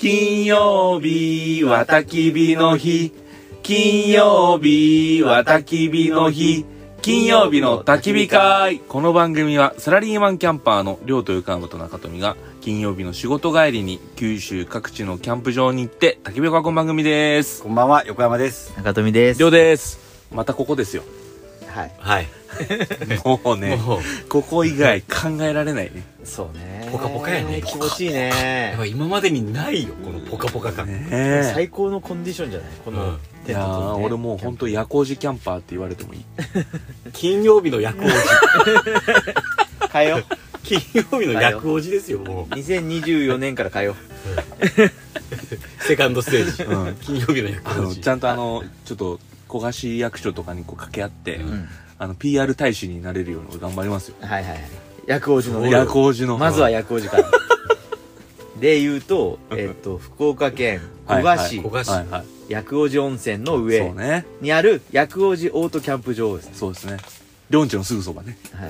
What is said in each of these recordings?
金曜日は焚き火の日。金曜日は焚き火の日。金曜日の焚き火会。この番組はサラリーマンキャンパーの亮と横山と中富が金曜日の仕事帰りに九州各地のキャンプ場に行って焚き火を囲む番組です。 こんばんは、横山です。 中富です。 亮です。またここですよ。 はい。 はい。 もうね、ここ以外考えられないね。 そうね。 ポカポカやね。 気持ちいいね。 やっぱ今までにないよ、このポカポカ感。 ね最高のコンディションじゃないこのいやー、俺もう本当夜光寺キャンパーって言われてもいい。 金曜日の夜光寺。 変えよう。 金曜日の夜光寺ですよ、もう。 2024年から変えよセカンドステージ。 うん金曜日の夜光寺。 ちゃんとちょっと小菓子役所とかにこう掛け合って、 ん PR 大使になれるように頑張りますよ。 う。はいはいはい。薬王寺のね。 夜光寺の。 まずは薬王寺から。で言うと、福岡県古賀市古賀市。 はいはい。 薬王寺温泉のそ上うね。 にある薬王寺オートキャンプ場ですね。 そうですね。りょんちのすぐそばね。 はい。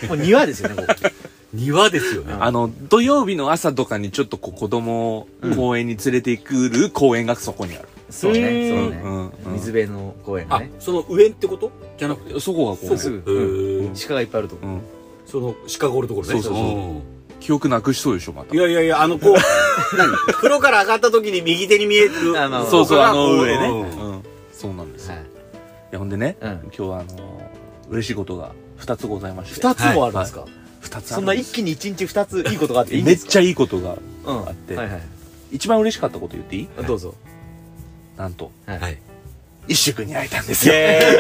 もう庭ですよね、ここ。 庭ですよね。 土曜日の朝とかにちょっとこう子供を公園に連れて行く公園がそこにある。 そうね、そううんね。水辺の公園があね。、 その上ってことじゃなくて、 そこがこう。 すぐ。 へー鹿がいっぱいあるとこ。 うん。 その鹿がおるところね。 そうそうそうん記憶なくしそうでしょ、また。 いやいやいや、こう、何風呂から上がった時に右手に見える。 そうそう、 こ上ね。 うんうん。そうなんですよ。 はいいや、ほんでね、 うん今日は嬉しいことが2つございまして。 二つもあるんですか 2つあそんなるんです一気に一日二ついいことがあっていいんめっですかちゃいいことがうんあって、 はいはい。 一番嬉しかったこと言っていい？ どうぞ。 なんと、 はい。 一週君に会えたんですよ。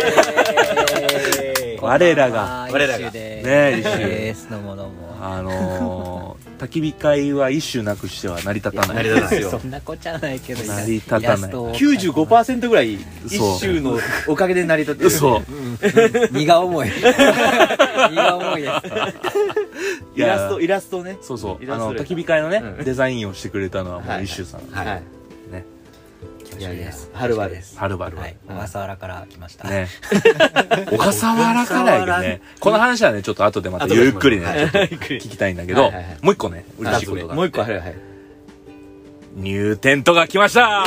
エーイ我らが、 我らがね一週ですどうもどうも焚き火会は一週なくしては成り立たない。 成り立たないよそんなこっちゃないけど成り立たないイラストを 95%ぐらい一そう周のおかげで成り立ってる。 そう。 荷が重い荷が重いですいやイラストね。 そうそう。 イラストレーター焚き火会のね、 うんデザインをしてくれたのはもはいう一週さん。 はいはい。 ね。 いやいや、はるばるです。 はるばる。 はい小笠原から来ましたね。小笠原からやけどね。この話はね、ちょっと後でまたゆっくりね、ちょっと聞きたいんだけどはいはいはい、 もう一個ね、嬉しいことが。 もう一個、はいはい。 ニューテントが来ました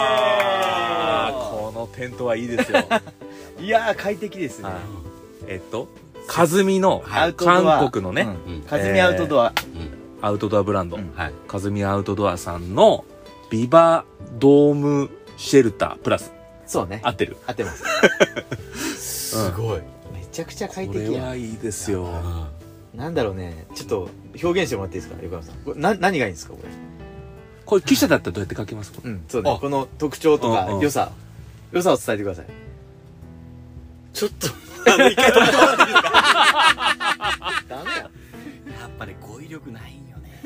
このテントはいいですよ。 いやー、快適ですね。 カズミの、 アウトドア韓国のね、 うんカズミアウトドア。 アウトドアブランドうん、 はい。 カズミアウトドアさんのビバドームシェルタープラス。 そうね。 合ってる？ 合ってます。 すごい。 めちゃくちゃ快これ適やん。 はいいですよ。 なんだろうね。ちょっと表現してもらっていいですか、横山さん。これ何がいいんですか、これ。 これ記者だったらどうやって書きますか？ うん、そうね。 あこの特徴とかうんうん良さを伝えてください。 ちょっと、一回止めてもらっていいですか？ ダメや。 やっぱね、語彙力ないよね。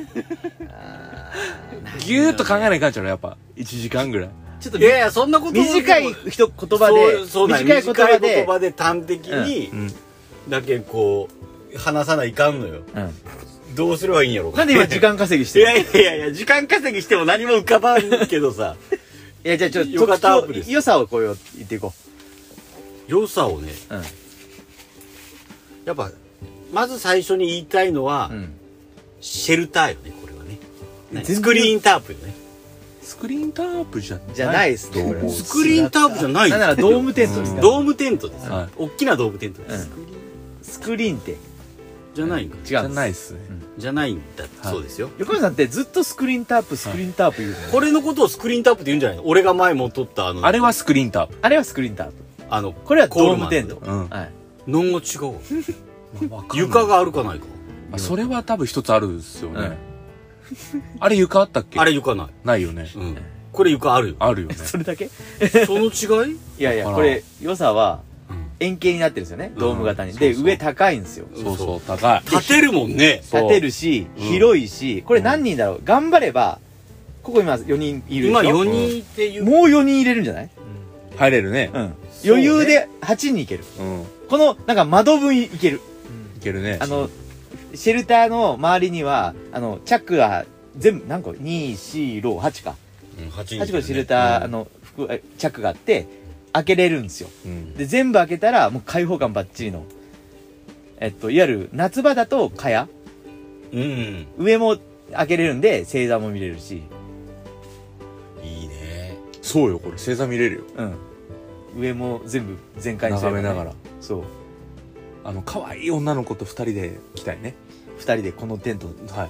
ぎゅーっと考えないかんちゃうのやっぱ1時間ぐらい。 ちょっといやいや、そんなこと短い言葉で、 そうなん短い言葉で、 短い端的に、 うん。 だけこう、話さないかんのよ。 うん。 どうすればいいんやろうか。 なんで今時間稼ぎしいてるやいやいやいや、時間稼ぎしても何も浮かばんけどさ、 いや、じゃあちょっとよかったアップです良さをこう言っていこ良さをね、 う。うん。 やっぱ、まず最初に言いたいのは、 うん。 シェルターよね、これはね。 全然スクリーンタープよね。 スクリーンタープじゃない。 じゃないっすねこれスクリーンタープじゃないなんならドームテントですから。 ドームテントです。 は大きなドームテントです。 スクリーンってじゃないんか。 違じゃうんでないっすね。 じゃないんだ。 はいそうですよ。 す。横山さんってずっとスクリーンタープ言うの。 これのことをスクリーンタープって言うんじゃないの？俺が前も撮ったあれはスクリーンタープ。 あれはスクリーンタープ。 ここれはドームテント。 うん。 はい。 のんが違うわ。床があるかないか。 それは多分一つあるんですよね。あれ床あったっけ？ あれ床ない。 ないよね。 うん。これ床あるよ。 あるよね。 それだけその違い？ いやいや、 わからんこれ良さはうん円形になってるんですよね。ドーム型に。で、 そうそう上高いんですよ。 そうそう、高い。 立てるもんね。 そう立てるし、 うん広いし、これ何人だろう頑張れば、ここ今4人いるでし今ょ 4人っていう。 もう4人入れるんじゃない入れるね。 うん。余裕で8人いける。 うん。 この、なんか窓分いける。 いけるね。 シェルターの周りには、チャックが全部、何個 ?2、4、6、8か。 8 8個のシェルター、チャックがあって、開けれるんですよ。 うん。 で、全部開けたら、もう開放感バッチリの。いわゆる、夏場だと、蚊帳うん。 上も開けれるんで、星座も見れるし。 そうよ、これ星座見れるよ。 うん上も全部全開にすればね眺めながら。 そう可愛い女の子と2人で来たいね。 二人でこのテントはい。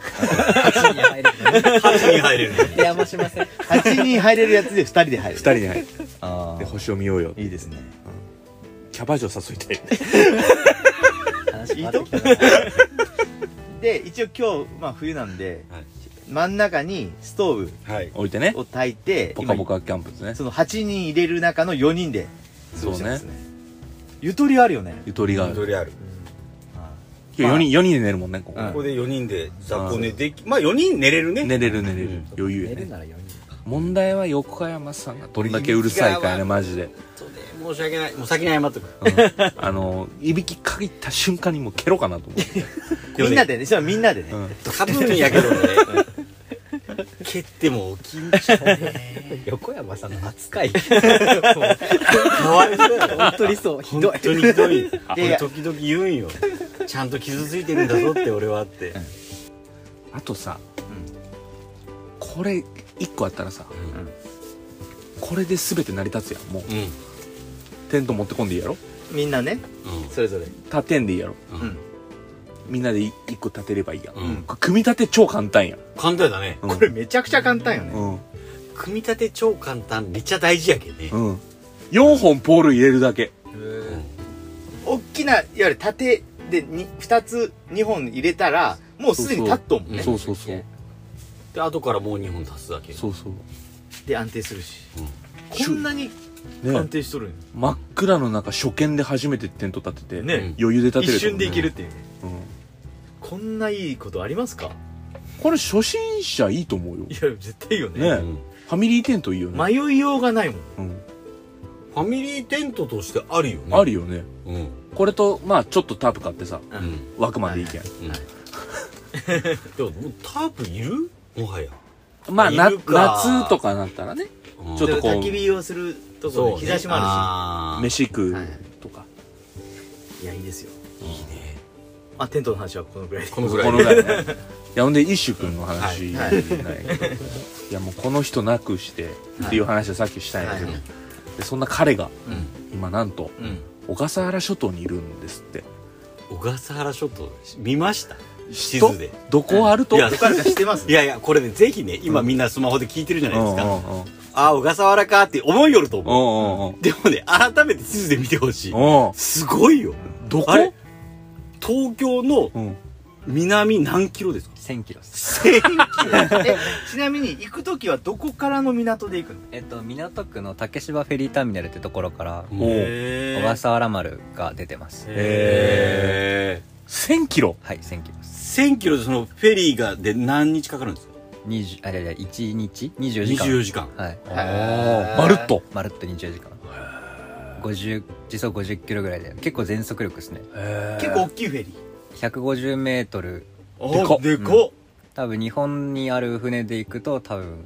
8人入れる 8人入れるね。 手山しません。 8人入れるやつで2人で入る 2人で入る。 あで、星を見ようよ。 いいですねキャバ嬢誘いたい。 話変わってきたな。 で一応今日、まあ、冬なんで、 はい真ん中にストーはい。 置いてね。 ブを焚いてポカポカキャンプですね。 その8人入れる中の4人で過ごしてますねゆとりあるよねゆとりがある。 緑ある。 今日4人で寝るもんね、ここ。 うんここで4人で雑魚寝でき、まあ4人寝れるね。 寝れる。余裕やね。 寝るなら4人。 問題は横山さんがどんだけうるさいかやね、マジで。 そうね、申し訳ない。もう先に謝っとく。 いびきかぎった瞬間にもう蹴ろうかなと思って。 みんなでねそれはみんんなでね、 うん多分やけどね。蹴っても起きんちゃうね。 横山さんの扱い。 かわいそうやろ。 本当にそう。ひどい本。当にひどい。 いやいや俺時々言うんよ。ちゃんと傷ついてるんだぞって俺はって。 あとさ、これ1個あったらさ、これで全て成り立つやん。もう、 うん。 テント持ってこんでいいやろ。 みんなねそれぞれ立てんでいいやろ。 うん。 うんみんなで1個立てればいいやん。 うん。 これ組み立て超簡単やん。 簡単だね。 うんこれめちゃくちゃ簡単よね、 うん。 組み立て超簡単。めっちゃ大事やけね。 うん。4本ポール入れるだけ。 大きないわゆる縦で2つ2本入れたらもうすでに立っとんもんねそうそうそう。 で、後からもう2本足すだけ。 そうそう。 で安定するし、 うんこんなに安ね、 定しとるんよ真っ暗の中初見で初めてテント立てて、 ね余裕で立てる一瞬でいけるっていうねうん、 こんないいことありますかこれ初心者いいと思うよいや絶対いいよねね、 うんファミリーテントいいよね、 迷いようがないもんうん、 ファミリーテントとしてあるよね。 あるよね。 うん。 これとまあちょっとタープ買ってさうん。 枠までいけん、 うん。でももうタープいるもはや。 まあいるか夏とかなったらねうんちょっとこう焚き火をするところで日差しもああ飯食うはいとか、 るしいやいいですよるし。いいね。 あテントの話はこのぐらいでこのぐらいこのぐらいねいやほんで一種君の話はないいけど、いやもうこの人なくしてっていう話をさっきしたんやけど、 はいでそんな彼がうん。 今なんとうん。 小笠原諸島にいるんですって。 小笠原諸島見ました地と図で。 どこあると、 いやどこからか知ってますいやいや、これね、ぜひね、今みんなスマホで聞いてるじゃないですか。 うんうんうんああ、小笠原かって思いよるとう思う。 んうんでもね、改めて地図で見てほしい。 うんうんすごいよ。 どこあれ東京のうん南何キロですか 1000キロです。 ちなみに行く時はどこからの港で行くの港区の竹芝フェリーターミナルってところからおう小笠原丸が出てます。 へ 1000キロはい、1000キロです。 1000キロでそのフェリーがで何日かかるんですか 20、いやいや、1日24時間。 24時間。 はい。 ああまるっとまるっと24時間。時速50キロぐらいで、結構全速力ですね。 結構大きいフェリー 150メートル。 でかっでかっ多分日本にある船で行くと多分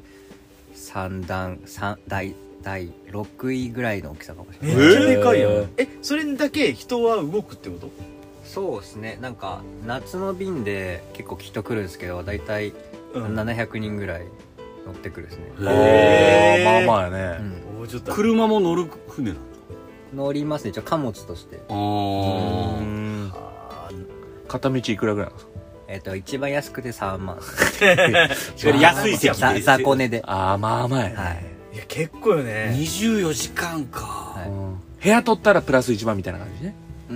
第6位ぐらいの大きさかもしれない。 めっちゃでかいやんそれだけ人は動くってことそうですね。なんか夏の便で結構人来るんですけど、だいたい700人ぐらい乗ってくるですね。 へーああまあまあやね、 もうちょっと車も乗る船なの乗りますね。一応貨物として。 うあん片道いくらぐらいなんですか？ 一番安くて3万。 それ安い席で雑魚寝で。 ああまあまあやね、 はい。 いや結構よね 24時間か。 はいうん部屋取ったらプラス1万みたいな感じね。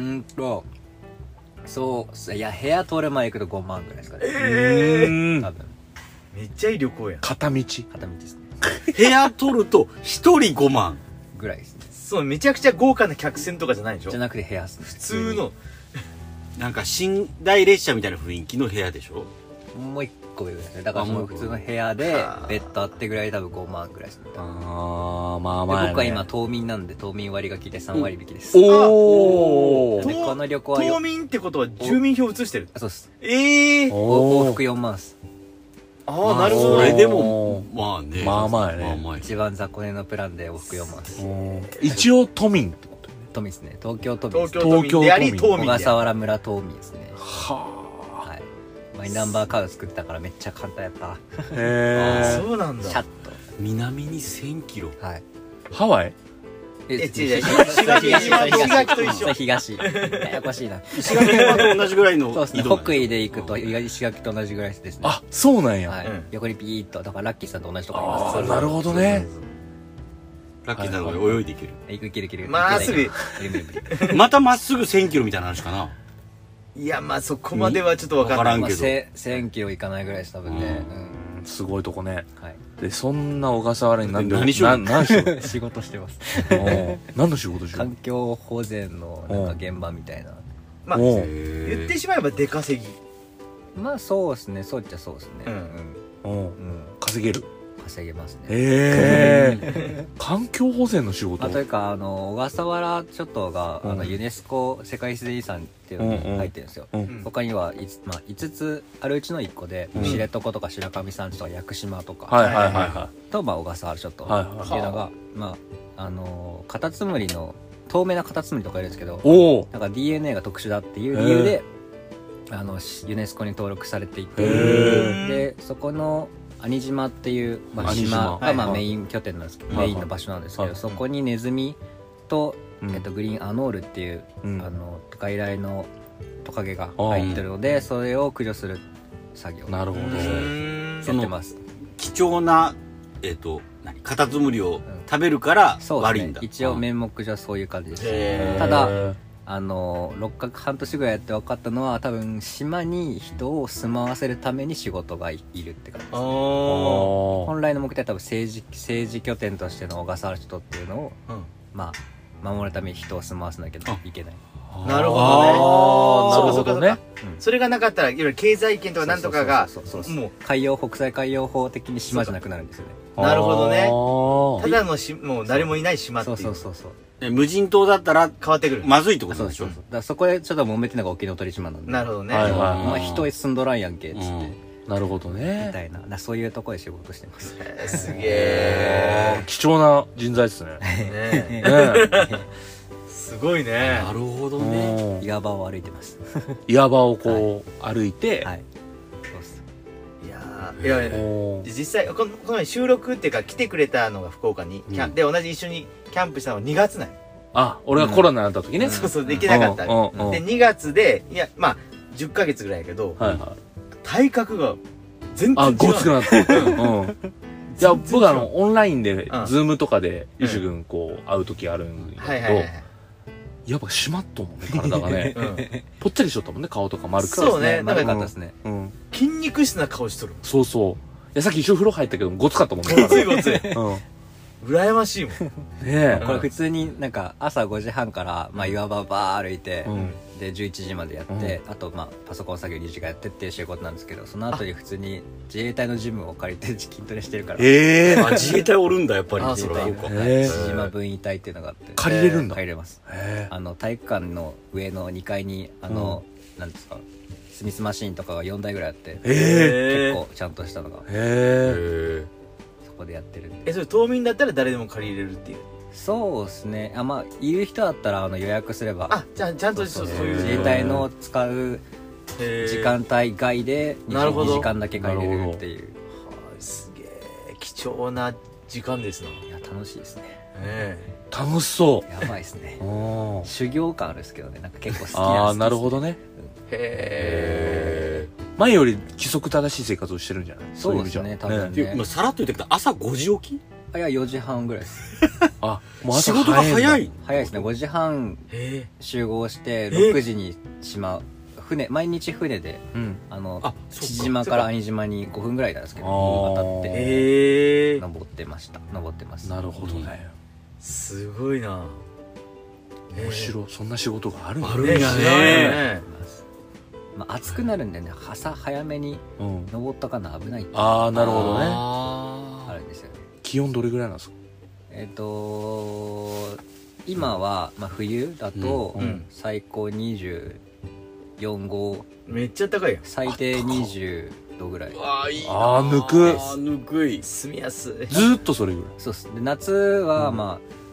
そういや部屋取る前行くと5万ぐらいですかね。 うん多分めっちゃいい旅行やん片道片道ですね。 部屋取ると1人5万。 ぐらいですね。 そうめちゃくちゃ豪華な客船とかじゃないでしょじゃなくて部屋ですね。 普通のなんか寝台列車みたいな雰囲気の部屋でしょ。 もう1個上ぐらいですね。だからその普通の部屋でベッドあってぐらい多分5万ぐらいですね。 ああまあでまあやね、 僕は今島民なんで島民割が効いて3割引きです。 おおでこの旅行は島民ってことは住民票移してるそうっす。 ええお往復4万っす。 ああなるほどそれでもまあね。 まあまあやねまあまあや一番雑魚寝のプランで往復4万っす。 一応都民ってことよね。 都民ですね。東京都民です。 東京都民であり島小民で笠原村島民ですね。 ははい。マイナンバーカード作ったからめっちゃ簡単やった。 あへえそうなんだシャッと。 南に1000キロ。 はいハワイ？ 違う石垣と一緒東ややこしいな。 石垣島と同じぐらいのそうですね、 緯度なん北緯で行くと石垣と同じぐらいですね。 あ、そうなんや。 はい、 うん横にピーッと、だからラッキーさんと同じとこあります。 あー、なるほどね。 ラッキーさんが泳いでいける。 いけるまっすぐ無理またまっすぐ1000キロみたいな話かな。 いやまあそこまではちょっとわかんないわからんまあ、 けど 1000キロいかないぐらいです多分ね。 すごいとこね。 はい。 で、そんな小笠原になんで、 何しよう何しよう。 仕事してます。 何の仕事しよう。 環境保全のなんか現場みたいな。 まあおう言ってしまえば出稼ぎまあそうですね、そうっちゃそうですね。 うんうん稼げる。 稼げますね。 へえ。環境保全の仕事。 まあ、というか小笠原諸島がうんユネスコ世界自然遺産っていうのに入ってるんですよ。 うん他には5つあるうちの1個で、 うん知床とか白神山地とか屋久島とか、 はいはいはいはと、小笠原諸島はいはいっていうのが、カタツムリの透明なカタツムリとかいるんですけど、 い。おお。 なんか DNA が特殊だっていう理由でユネスコに登録されていへて、 ーでそこの兄島っていう、 兄島島がはいメイン拠点なんですけど、 はいメインの場所なんですけど、 はいそこにネズミと、 うんグリーンアノールっていう、 うん外来のトカゲが入ってるので、それを駆除する作業なるほど。 やってます。 貴重なカタツムリを食べるからそうですね悪いんだ。 一応名目上そういう感じです。 へーただ6か半年ぐらいやって分かったのは、多分島に人を住まわせるために仕事がいるって感じです。本来の目的は多分政治拠点としての小笠原諸島っていうのを、まあ守るために人を住まわせなきゃいけない。 なるほどねあーなるほどね。 それがなかったらいわゆる経済圏とかなんとかがそうもう国際海洋法的に島じゃなくなるんですよね。 なるほどねあーただのもう誰もいない島っていうそう無人島だったら変わってくるまずいってことでしょそうだからそこでちょっと揉めてるのが沖ノ鳥島なんで、 なるほどねはいはいお前人住んどらんやんけっつって、 なるほどみね。 たいなそういうところで仕事してます。 すげえ貴重な人材ですね。 ねねすごいねなるほどえ。 ね。 うん岩場を歩いてます。 岩場をこう歩いて、 はい。そうっす。 いやおー実際この前収録っていうか来てくれたのが福岡にで同じ一緒にキャンプしたのは2月なんよあ、俺がコロナになった時ね。 そうそうできなかったうんうんうんで2月でいやまあ10ヶ月ぐらいやけどはいはい。 体格が全然違あ、 うごつくなってる。うん。じゃあ僕オンラインで、 うんズームとかで、ゆし君こう、会う時あるんだけどはいはいはい、 やっぱ締まっとんもんね、体がね。 うんぽっちゃりしとったもんね、顔とか丸くて。 そうね丸かったですね。 うん。 筋肉質な顔しとるそうそう。いや、さっき一緒風呂入ったけど、ごつかったもんね。 ごついごつい体うん。ね羨ましいもんえ。 これ普通になんか朝5時半から岩場バー歩いて、 うん。 で11時までやって、あとパソコン作業2時間やってっていう仕事なんですけど、その後に普通に自衛隊のジムを借りて筋トレしてるから、 ええ。 自衛隊おるんだやっぱり。 あそうかそらそうかへえ父島分位隊っていうのがあって借りれるんだ。 借りれます。 へ体育館の上の2階になんですか、スミスマシーンとかが4台ぐらいあって、 え。へ結構ちゃんとしたのがえ。へえ。 そこでやってるんで。 それ島民だったら誰でも借りれるっていうそうですね。いる人だったら予約すれば、 あちゃんとそういう自衛隊の使う時間帯外で2 なるほど時間だけ借りれるっていう。 すげえ貴重な時間ですないや楽しいですね。 楽しそう。 やばいですね。 うん修行感あるんですけどね、なんか結構好きああ、 なんです。 なるほどね。 へ前より規則正しい生活をしてるんじゃない？ そうい意味じゃですね、多分でね。 今さらっと言ったけど朝5時起きいや、4時半ぐらいです。 あ、もう朝仕事が早い。 早いですね。5時半え集合して6時に毎日船でうん。 父島から兄島に5分ぐらいなんですけど渡ってへえ登ってます。 なるほどね。 すごいな面白い。そんな仕事があるんだあるんやねね暑くなるんでね、朝早めにうん。 登ったかな危ないってああ、なるほどね。 あるんですよね。 気温どれぐらいなんですか？ 今は冬だとうん最高24、5、 めっちゃ高いよ最低20度ぐらい。 ああいいなあーぬくあーぬくい。 住みやすいずーっとそれぐらい。 そうっす。で夏は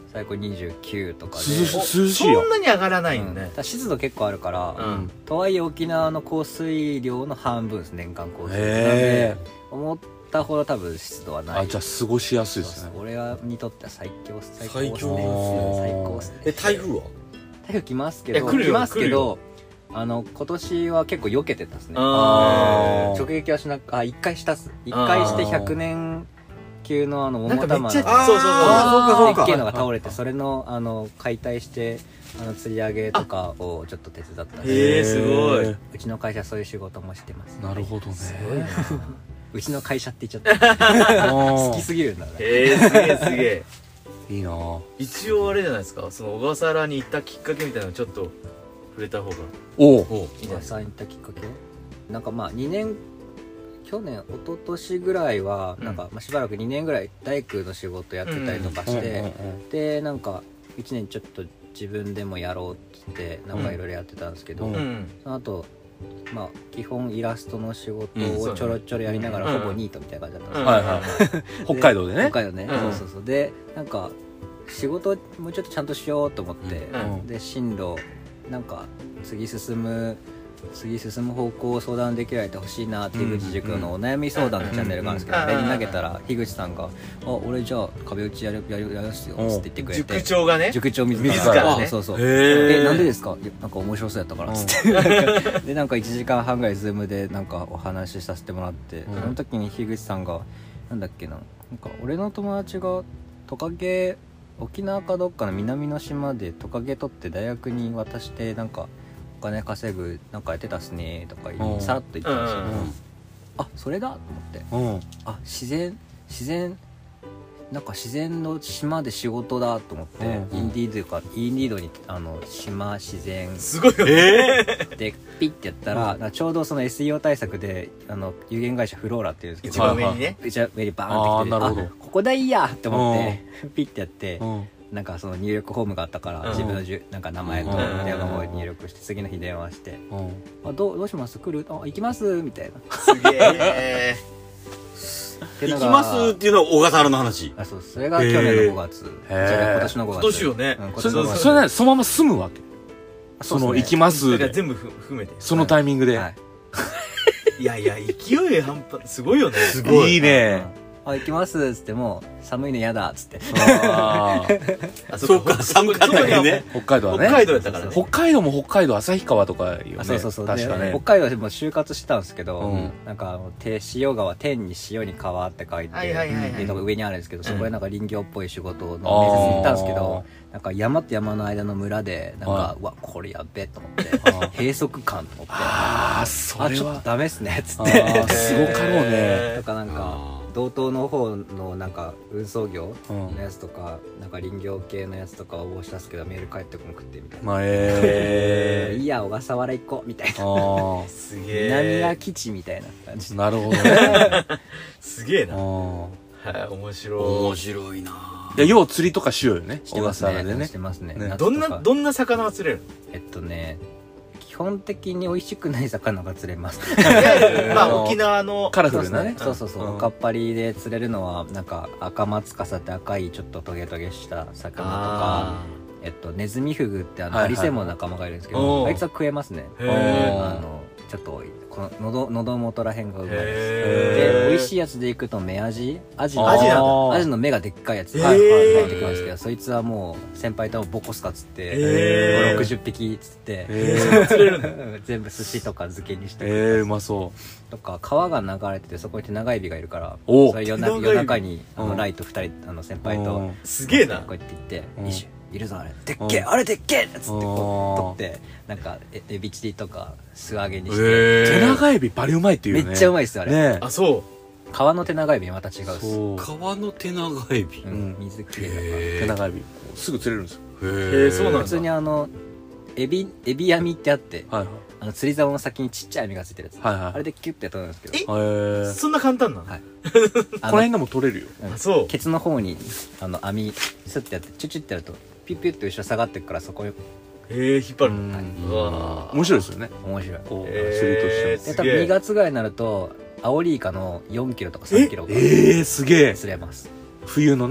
最高29とかで涼しいよそんなに上がらないんねただ湿度結構あるから、 うんとはいえ沖縄の降水量の半分です、年間降水量なんへで思ったほど多分湿度はない。 じゃあ過ごしやすいですね。 俺にとっては最強っすね。 最強ですね最高っすね。 台風は台風来ますけいや来るよど来ど今年は結構避けてたっすね。 あー直撃はしなく1回したっす。1回して100年級の桃玉のそうそうそうそうかでっけえのが倒れて、それの解体して釣り上げとかをちょっと手伝ったんで、 へえすごい。 うちの会社そういう仕事もしてます。 なるほどね。 すごいなうちの会社って言っちゃった好きすぎるんだね。 へえすげえすげえ。 いいなぁ。 一応あれじゃないですか、その小笠原に行ったきっかけみたいなのちょっと触れた方がおういいんじゃないですか。 さん行ったきっかけなんか2年去年一昨年ぐらいはなんかしばらく2年ぐらい大工の仕事やってたりとかして、でなんか1年ちょっと自分でもやろうってなんかいろいろやってたんですけど、 うんその後基本イラストの仕事をちょろちょろやりながらほぼニートみたいな感じだったんですよ、 はいはい。北海道でね。 北海道ね、 うんそうでなんか仕事もうちょっとちゃんとしようと思って、 うんで進路なんか次進む方向を相談できられてほしいなって樋口塾のお悩み相談のチャンネルがあるんですけど、あれに投げたら樋口さんが「俺じゃあ壁打ちやりますよ」っつって言ってくれて、 塾長がね。 塾長自自らねそうそうへーなんでですか？いやなんか面白そうやったからっつって、でなんか1時間半ぐらいズームでなんかお話しさせてもらって、その時に樋口さんがなんだっけな、なんか俺の友達がトカゲ沖縄かどっかの南の島でトカゲ取って大学に渡してなんかお金稼ぐなんかやってたっすねとかさらっと言ったんですよ、あそれだと思って、あ自然なんか自然の島で仕事だと思って、インディードに島自然すごいよね。 でピッてやったら、なんかちょうどその SEO 対策で有限会社フローラっていうんですけど、 一番上にね。 一番上にバーンってきて、 あーなるほどここでいいやって思ってピッてやって、 うんなんかその入力フォームがあったから、自分のなんか名前と電話番号入力して次の日電話してうん 「どうします来る？行きます」みたいな。 すげえ。 行行きますっていうのは小笠原の話。 そうそれが去年の5月、 へーじゃあ今年の5月今年よね今それ年の5月それねそのまま住むわけ。その行きますでだから全部含めて。 そのタイミングで。 はいいやいや勢い半端すごいよね。すいいね。 行きますっつっても寒いの嫌だっつってあーあそうか寒かったよね。 北海道はね。 北海道やったからね。 北海道も北海道旭川とかよね。 そうそう確かねで北。海道でも就活してたんですけど、 うんなんか塩川天に塩に川って書いて、 はいはいはいはいでなんか上にあるんですけど、そこでなんか林業っぽい仕事の面接に行ったんですけど、なんか山と山の間の村でなんか、うわこれやべえと思って閉塞感と思ってああ、それは。 ちょっとダメっすねっつっあてーすごかろうね。 とかなんか道東の方のなんか運送業うんのやつとか、なんか林業系のやつとか応募したんですけどメール返ってこなくてみたいな、 まあ、 いいや小笠原行こうみたいな、 あすげ南がえ。 基地みたいな感じあ、なるほどね。 すげえな。 あはい面白面白いな。 いや、要は釣りとかしようよね。 してますね小笠原でねし。てますねねい。 夏とかどんな魚が釣れる基本的に美味しくない魚が釣れますの？まあ沖縄のカラフルなね。 そうそうそう、 うんおかっぱりで釣れるのはなんか赤松かさって赤いちょっとトゲトゲした魚とか、 あネズミフグってはいはいアリセモン仲間がいるんですけおど、 ーあいつは食えますね。 ーへーちょっとこの喉元らへんがうまいです。 へーで美味しいやつでいくと目アジのアジなんだアジの目がでっかいやつへー入ってくるんですけど、そいつはもう先輩とボコスカ釣ってへー 60匹釣って釣れるんだ。 全部寿司とか漬けにしてうまそう。 とか川が流れててそこに手長エビがいるから、 おそれ手長エビ夜中にうんライト2人先輩とうんすげえなこう。やって行ってうん 「イシュいるぞあれでっけえあれでっけえ!」っつってこううん取ってなんかエビチリとか素揚げにして手長エビバリうまいっていうね。 めっちゃうまいっすよあれねあそ川の手長エビまた違うっすそう。 川の手長エビ。 うん水きれいだからへ手長エビ。すぐ釣れるんですよ。 う。へえそうなんだ。 普通にエビ網ってあってはい釣り竿の先にちっちゃい網がついてるやつ、 はい。はいはい。 あれでキュッて取るんですけどへえ。 そんな簡単なの？ はいこの辺でも取れるよ。 あそう。 ケツの方に網スッてやってチュチュってやるとピュッピュッて後ろ下がってくからそこにへえ引っ張る。 うんうわ面白いですよね。 面白いこう、 へー釣りとしても。 で多分すげえ 2月ぐらいになるとアオリイカの4キロとか3キロがすげえ。 釣れます。 冬のね。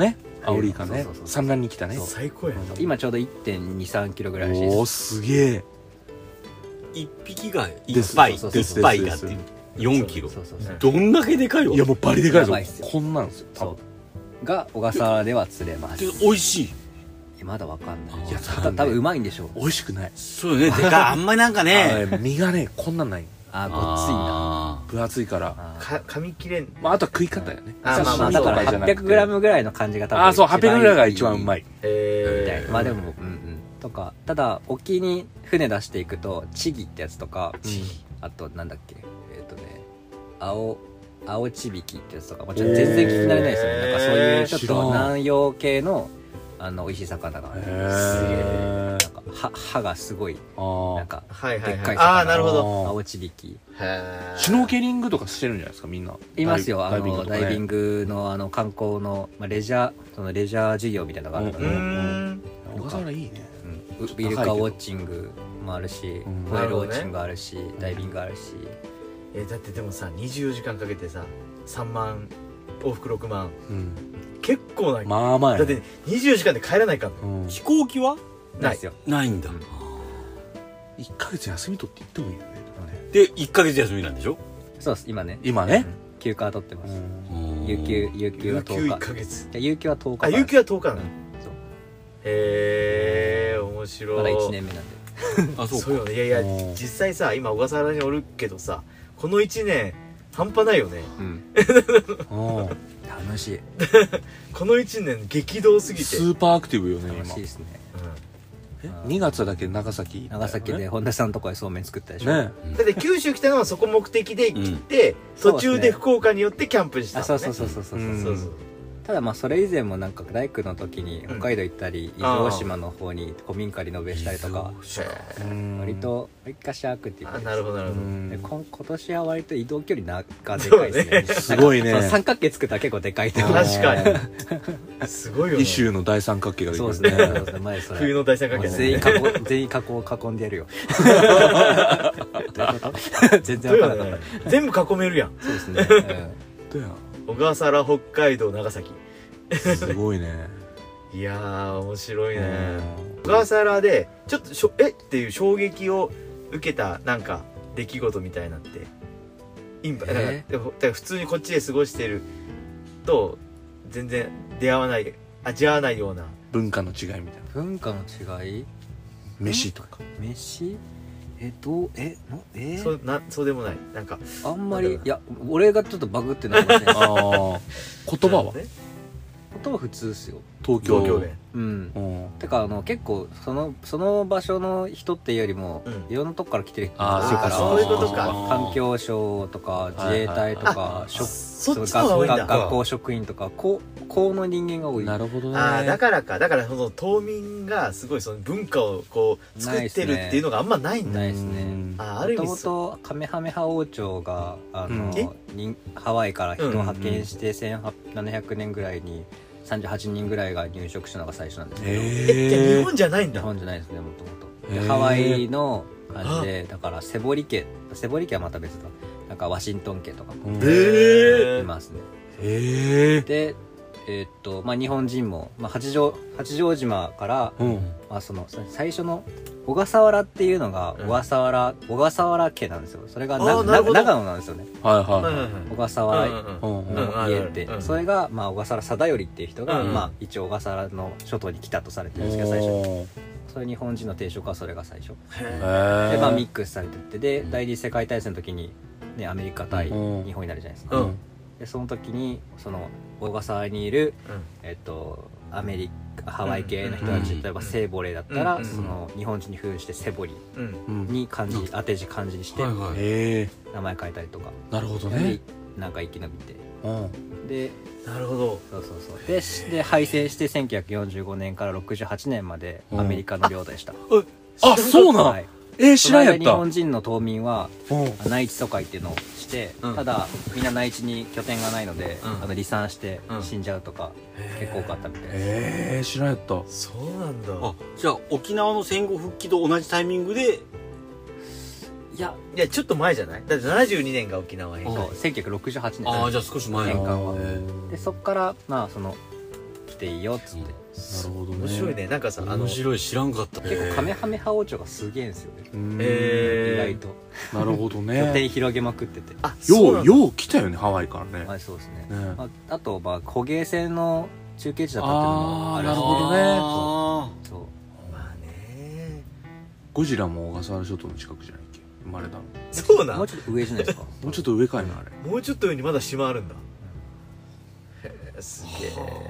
アオリイカねそうそうそう産卵に来たね。 最高やな。 今ちょうど 1.23 キロぐらいらしいおおですすげえ。 一匹がいっですぱいそうそうそういっぱいがっていう4キロそうそうそうどんだけでかいわいやもうバリでかいぞやばいっすよこんなんですよ多そ分。 うが小笠原では釣れます。 で美味しいいやまだわかんない。 いや多分うまいんでしょう。 美味しくない。 そうよねでかいあんまりなんかね身がねこんなんない。 あーごっついな。 あ分厚いから。 あ噛み切れん。 まああとは食い方やね。 あまあまあだから刺身とじゃなくて 800g ぐらいの感じが多分あそう800ぐらいが一番うまい。 みたいな。まあでも。 もとかただ沖に船出していくとチギってやつとか、あとなんだっけ青ちびきってやつとか、まあ、ちょっと全然聞き慣れないですよね。なんかそういうちょっと南洋系の美味しい魚がへすげええ。 なんか歯がすごいなんあかはいはいはい。 でっかい魚ああ、なるほど。 青ちびきへシュノーケリングとかしてるんじゃないですかみんな。 いますよ。 ダイビングとかねダイビングの観光の、まあ、レジャー事業みたいなのがあるのうで、 ん。 小笠原いいね。 イルカウォッチングもあるし、 んホエールウォッチングあるし、ダイビングあるし、 だってでもさ、24時間かけてさ、3万、往復6万。 うん。 結構な。 まあまあやね。 だって24時間で帰らないかんの。 うん飛行機はないですよ。 ないんだ 1ヶ月休み取って行ってもいいよね。 で1ヶ月休みなんでしょそうです今ね。 今ね。 休暇取ってます。 うん有給は有給 10 1 日。 ヶ月。 いや有給は10日かあ、 ら。 有給は10日なの。 そうへえ、面白い。 まだ1年目なんで。 あそうかそうよね。いやいやうん、 実際さ、今小笠原におるけどさ、この1年、半端ないよね。 うん楽しい。 この1年激動すぎて。 スーパーアクティブよね今楽しいですね。 え2月だけ長崎長崎で本田さんとこでそうめん作ったでしょ。 ねだって九州来たのはそこ目的で来て、 うん途中で福岡によってキャンプしたあ、 のね。 そうそうそうそうそう。 うんそうそう。 ただまあそれ以前もなんか大工の時に北海道行ったり、伊豆大島の方に古民家リノベしたりとかうん割と一かしアクティブあ、 です。 なるほどなるほど。 うんで今年は割と移動距離がでかいですね。 すごいねそう三角形作ったら結構でかいと思う。 確かに。すごいよね。 伊州の大三角形ができるそうですね。そうですね。前それ。 冬の大三角形ね。 全員囲んでやるよ。どういうこと全然そうよわからなかっね。全部囲めるやん。 た。そうですね。 どうや小笠原、北海道、長崎。 すごいねいやー、面白いね。 う小笠原で、ちょっとっていう衝撃を受けた、なんか、出来事みたいなって。だから普通にこっちで過ごしてると、全然味わわないような。 文化の違いみたいな文化の違い？ 飯とか飯？ そうでもない。なんか、 あんまりいや俺がちょっとバグってないかもしれない。 ああ言葉はねことは普通ですよ。 東京東京弁。 うん。 うんてか結構その場所の人っていうよりも、 うんいろんなとこから来てる人あーいるから、 そういうことか環境省とか自衛隊とか、 そっちの方が多いんだ。 学校職員とか校の人間が多い。 なるほどねああ、だからその島民がすごいその文化をこう作ってるっていうのがあんまないんだ。 ないですね。 ある意味もともとカメハメハ王朝がハワイから人を派遣して1700年ぐらいに38人ぐらいが入植したのが最初なんですけど、 じゃあ日本じゃないんだ。 日本じゃないですねもともと。 へーハワイの感じでだからセボリ家はまた別だ。なんかワシントン家とかうんへいますね。 へえでまあ日本人も、まあ、八丈島から、 うんまあ、最初の小笠原っていうのがうん小笠原家なんですよ。それがあーなるほど長野なんですよね。 はいはいはいははい小笠原いうんうん家って、 うんそれが、まあ、小笠原貞頼っていう人が、 うんまあ、一応小笠原の諸島に来たとされてるんですけど最初にそれ日本人の定食はそれが最初へで、まあ、ミックスされてってで第二次世界大戦の時に、ね、アメリカ対うん日本になるじゃないですか、 うんでその時にその小笠原にいる、アメリカハワイ系の人たち、 うん例えばセーボレーだったら、 うんその日本人に扮してセボリうんうんに当て字漢字にしてはいはいへえ名前変えたりとか、 なるほどでねなんか生き延びてうんでなるほど。 そうで敗戦して1945年から68年までアメリカの領土でした、 あそうなんはい、 知らんやったその間日本人の島民はうん内地疎開っていうのをして、 うんただみんな内地に拠点がないので、 うん離散してうん死んじゃうとか、結構多かったみたいです、 へえ知らんやったそうなんだ。 あじゃあ沖縄の戦後復帰と同じタイミングでいやいや、ちょっと前じゃない？だって72年が沖縄返そう還。 1968年ああじゃあ少し前返還はへでそっからまあその来ていいよっつって、 なるほどね。 面白いね。なんかさ、 面白い、知らんかった。 結構カメハメハ王朝がすげえんですよね、意え外となるほど拠ね。 点広げまくってて、 あ、そうなんだ。 よう来たよね、ハワイからね。 はい、そうですね、 ねあとまあ捕鯨船の中継地だったっていうのもあるし、 なるほどね。 そうまあね。 ゴジラも小笠原諸島の近くじゃないっけ、生まれたの。 そうなん。ももうちょっと上じゃないですかもうちょっと上かいな、あれ。 うちょっと上にまだ島あるんだ。へえ、すげえ。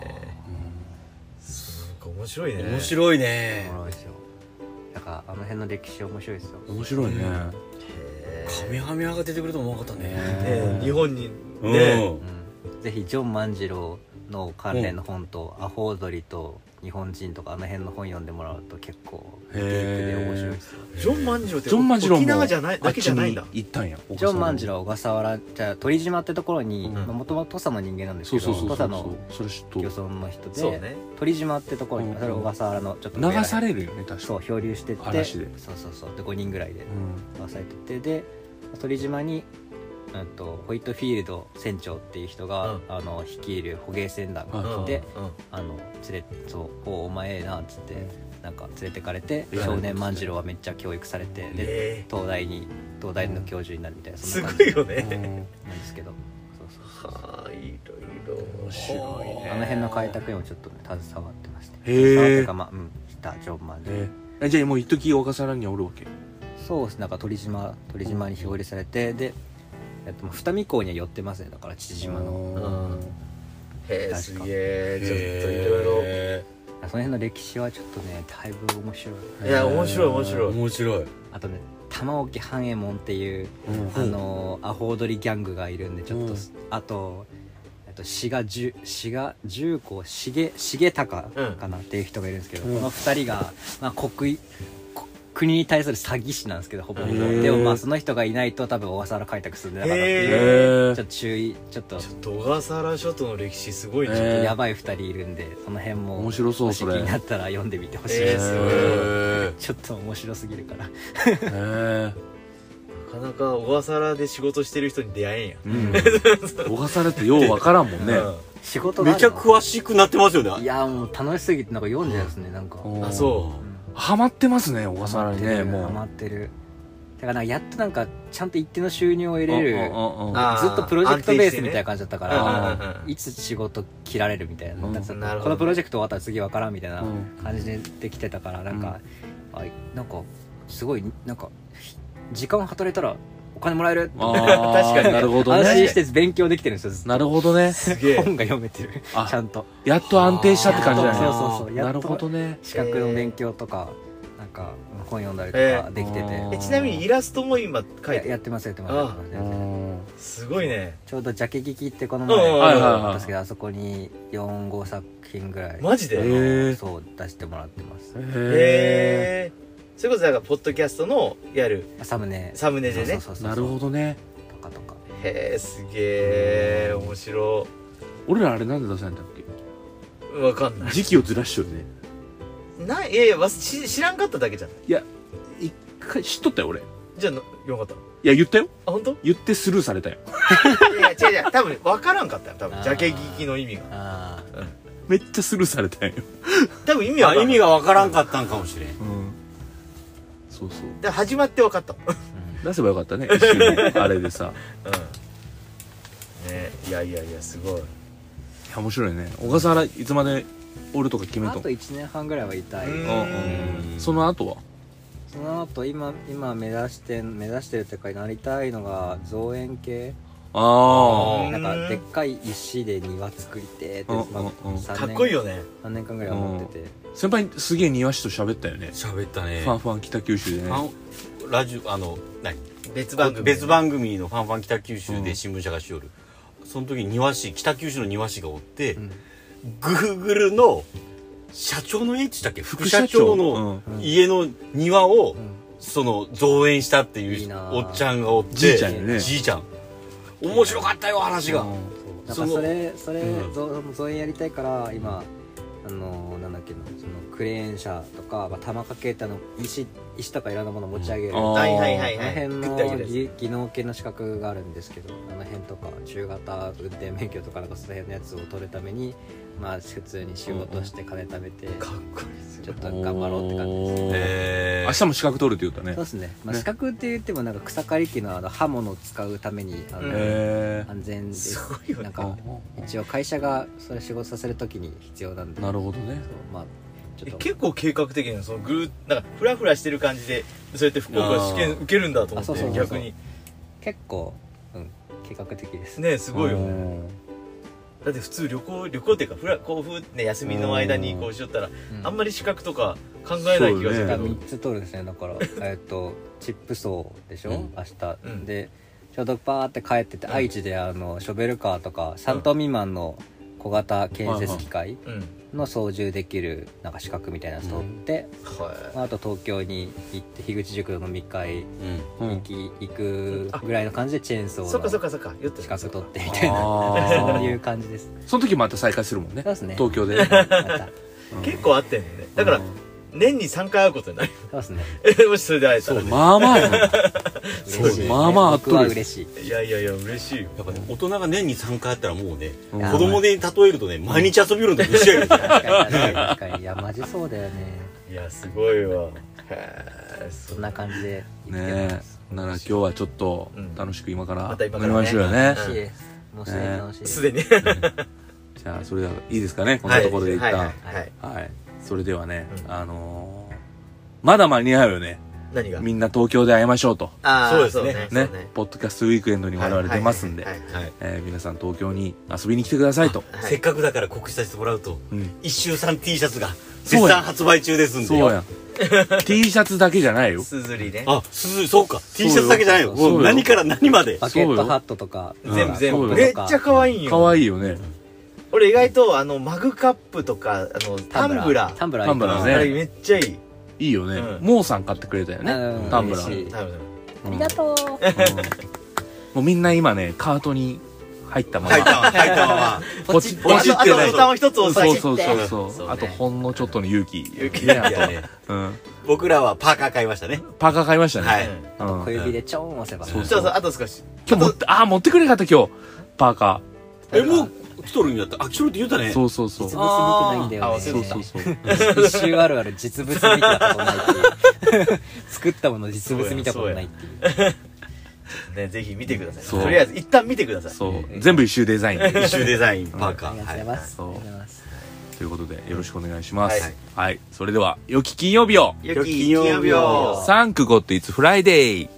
すごい面白いね。 面白いねお。もろいですよ。だからあの辺の歴史面白いですよ。 面白いね。 へカメハメハが出てくると思わなかったね。 え。ね、日本にうんね、 ぜひジョン万次郎の関連の本と、アホウドリと日本人とかあの辺の本読んでもらうと結構ディープで面白いですよ。 ジョン万次郎ってジョン万次郎も沖縄じゃないだけじゃないんだあっ。ちに行ったんや。 ジョン万次郎は小笠原じゃあ鳥島ってところにんもともと土佐の人間なんですけど、 そうそうそうそう土佐のそれちょっ漁村の人で、 そうね。 鳥島ってところに、 うんそれ小笠原のちょっと上らへんと流されるよね、確かそう漂流してって、 嵐でそうそうそうで5人ぐらいでうん流されてて、で鳥島にホイットフィールド船長っていう人が、率いる捕鯨船団が来て、そうお前ええなっつってなんか連れてかれて、少年万次郎はめっちゃ教育されて、で東大の教授になるみたいな、そすんな感じごいよね。 なんですけど、そうそうはあ、いろいろ。 面白いね。 あの辺の開拓にもちょっとね携わってまして、 へー携わっていうかまあいたジョン万次郎、 じゃあもう一時小笠原にはおるわけ。 そうです。なんか鳥島に表示されて、で二見港には寄ってますね。だから父島のうんへえ、 確かすげえ。ちょっといろいろ。 その辺の歴史はちょっとねだいぶ面白い。 いや、面白い面白い。 面白い。 あとね玉置半右衛門っていう、 うんアホウドリギャングがいるんで、ちょっと、あと重子重隆かなっていう人がいるんですけど、この二人が、まあ、国に対する詐欺師なんですけど、ほぼほぼ。でもまあその人がいないと多分小笠原開拓するんでなかったっていう、ちょっと注意、ちょっと小笠原諸島の歴史すごいね。 やばい2人いるんで、その辺も面白そう、それ。 気になったら読んでみてほしいです、ちょっと面白すぎるからなかなか小笠原で仕事してる人に出会えんや。 小笠原ってようわからんもんね。 仕事めちゃ詳しくなってますよね。 いやもう楽しすぎてなんか読んじゃいますね、なんかあ、そうハマってますね、小笠原にね、もう。 ハマってる。だからなんかやっとなんかちゃんと一定の収入を得れる、 あずっとプロジェクトベースみたいな感じだったかうんうんら、いつ仕事切られるみたいな、 うんなんかなるほどねこのプロジェクト終わったら次わからんみたいなうん感じでできてたから、なんかなんかすごいなんか時間働いたらお金もらえる、 確かになるほどね。 安心して勉強できてるんですよ、ずっとなるほどね。 すげえ。 本が読めてるあちゃんとやっと安定したって感じだよね。 そうそうそうやっとなるほどね。 資格の勉強とかなんか本読んだりとかできてて、 ちなみにイラストも今描いてる。 やってますやってあますすごいね。 ちょうどジャケ聞きってこのうん前はいはいはいあったんですけど、あそこに4-5作品ぐらいマジでそう出してもらってます。 へえ。それこそだからポッドキャストのいわゆるサムネでね。 なるほどね。 とかへえ、すげえ面白俺らあれなんで出さないんだっい。わかんない。 け？時期をずらしとるね。 いやいや、知らんかっただけじゃない。 いや、一回知っとったよ、俺。いじゃあよかったの？ や、言ったよ。 あ、本当？ 言ってスルーされたよ。 いや違う多分わからんかったよ。多分ジャケ聞きの意味が。 あめっちゃスルーされたよ。 多分意味わかんない。 意味がわからんかったんかもしれん。 そうそう。 で始まってわかったもん。 出せばよかったね、一緒に。あれでさ。 ね、いやいやいや、すごい。 いや、面白いね。小笠原、いつまでおるとか決めとん？ あと1年半ぐらいはいたい。 その後は？ その後今目指してるっていうかなりたいのが造園系。なんかでっかい石で庭作りてーってかっこいいよね。 3年間ぐらい思ってて、 先輩すげえ庭師と喋ったよね。 喋ったね。 ファンファン北九州でね。 ラジオ何？ 別番組のファンファン北九州で新聞社がしよる。その時に北九州の庭師がおって、グーグルの社長の家って言ったっけ？副社長の家の庭をその造園したっていうおっちゃんがおって、 じいちゃんよね。 じいちゃん。面白かったよ話が。 なんかそれ造園やりたいから今なんだっけな、そのクレーン車とか、まあ、玉掛けたの石とかいろんなもの持ち上げる、 はいはいはいはい。 あの食ってあげ辺るの技能系の資格があるんですけど、あの辺とか中型運転免許とかなんかその辺のやつを取るために、まあ普通に仕事して金貯めて、 かっこいいですよ。 ちょっと頑張ろうって感じです。 明日も資格取るって言ったね。 そうですね、まあ、 ね資格って言ってもなんか草刈り機の刃物を使うために安全ですすごいよね。 なんか一応会社がそれ仕事させるときに必要なんで、 なるほどね。 そうまあちょっと結構計画的なそのなんかフラフラしてる感じでそうやって福岡試験受けるんだと思ってあそう逆に結構、計画的ですねすごいよね。だって普通旅行っていうかこうね休みの間にこうしよったらあんまり資格とか考えない気がするけど、 3つ取るんですね。だからチップ層でしょ、明日、でちょうどパーって帰ってて、愛知でショベルカーとか3トン未満の小型建設機械の操縦できるなんか資格みたいなやつ取って、まあ、あと東京に行って樋口塾の飲み会行くぐらいの感じでチェーンソーの資格取ってみたいなそういう感じです。 その時また再開するもんね。 そうですね、 東京で結構あってんのね。だから年に3回会うことになる。 そうですねもしそれで会えたらね。 まあまあやな嬉しい、 まあまあ僕は嬉しい。 いや嬉しいよ。 やっぱね大人が年に3回あったらもうねうん子供で例えるとね毎日遊びよるのと一緒やけど確かにいやマジそうだよね。 いやすごいわ。 そんな感じでねえ。なら今日はちょっと楽しく今からまた今やからねりましょうよね。 楽しいです。もうすでに楽しいです。 すでにじゃあそれではいいですかね、こんなところで一旦。はい。それではね、まだ間に合うよね。 何がみんな東京で会いましょうと。 そうですね。 ね。ポッドキャストウィークエンドに我々出ますんで、皆さん東京に遊びに来てくださいと。 せっかくだから告知させてもらうと一周さん T シャツが絶そうや賛発売中ですんで。 そうやん。T シャツだけじゃないよ。 すずりね。 あ、そうか。T シャツだけじゃないよ。 そうよもう何から何まで。 バケットハットとか全部そうよめっちゃ可愛いんよ。 可愛いよね。 俺意外とマグカップとかタンブラーね。 あれめっちゃいい。 いいよね。モーさん買ってくれたよね。タンブラー。 ありがとう。 もうみんな今ねカートに入ったまま。 入ったまま。 ポチってない。 あとボタンを一つ押さえて。 そう。あとほんのちょっとの勇気。 僕らはパーカー買いましたね。 パーカー買いましたね。 はい。 小指でちょん押せば。 そうあと少し。 今日持ってくれなかった今日パーカー。もう来とるんやった。来とるって言ったね。 そう。 実物見てないんだよね。 そう。 一周ある実物見たことないっていう。作ったもの実物見たことないっていう。 ね、ぜひ見てください。とりあえず一旦見てください。 そう。全部一周デザイン。 一周デザインパーカー。 ありがとうございます。 ということでよろしくお願いします。はい。それでは良き金曜日を。 良き金曜日を。 サンクゴッドイツフライデー。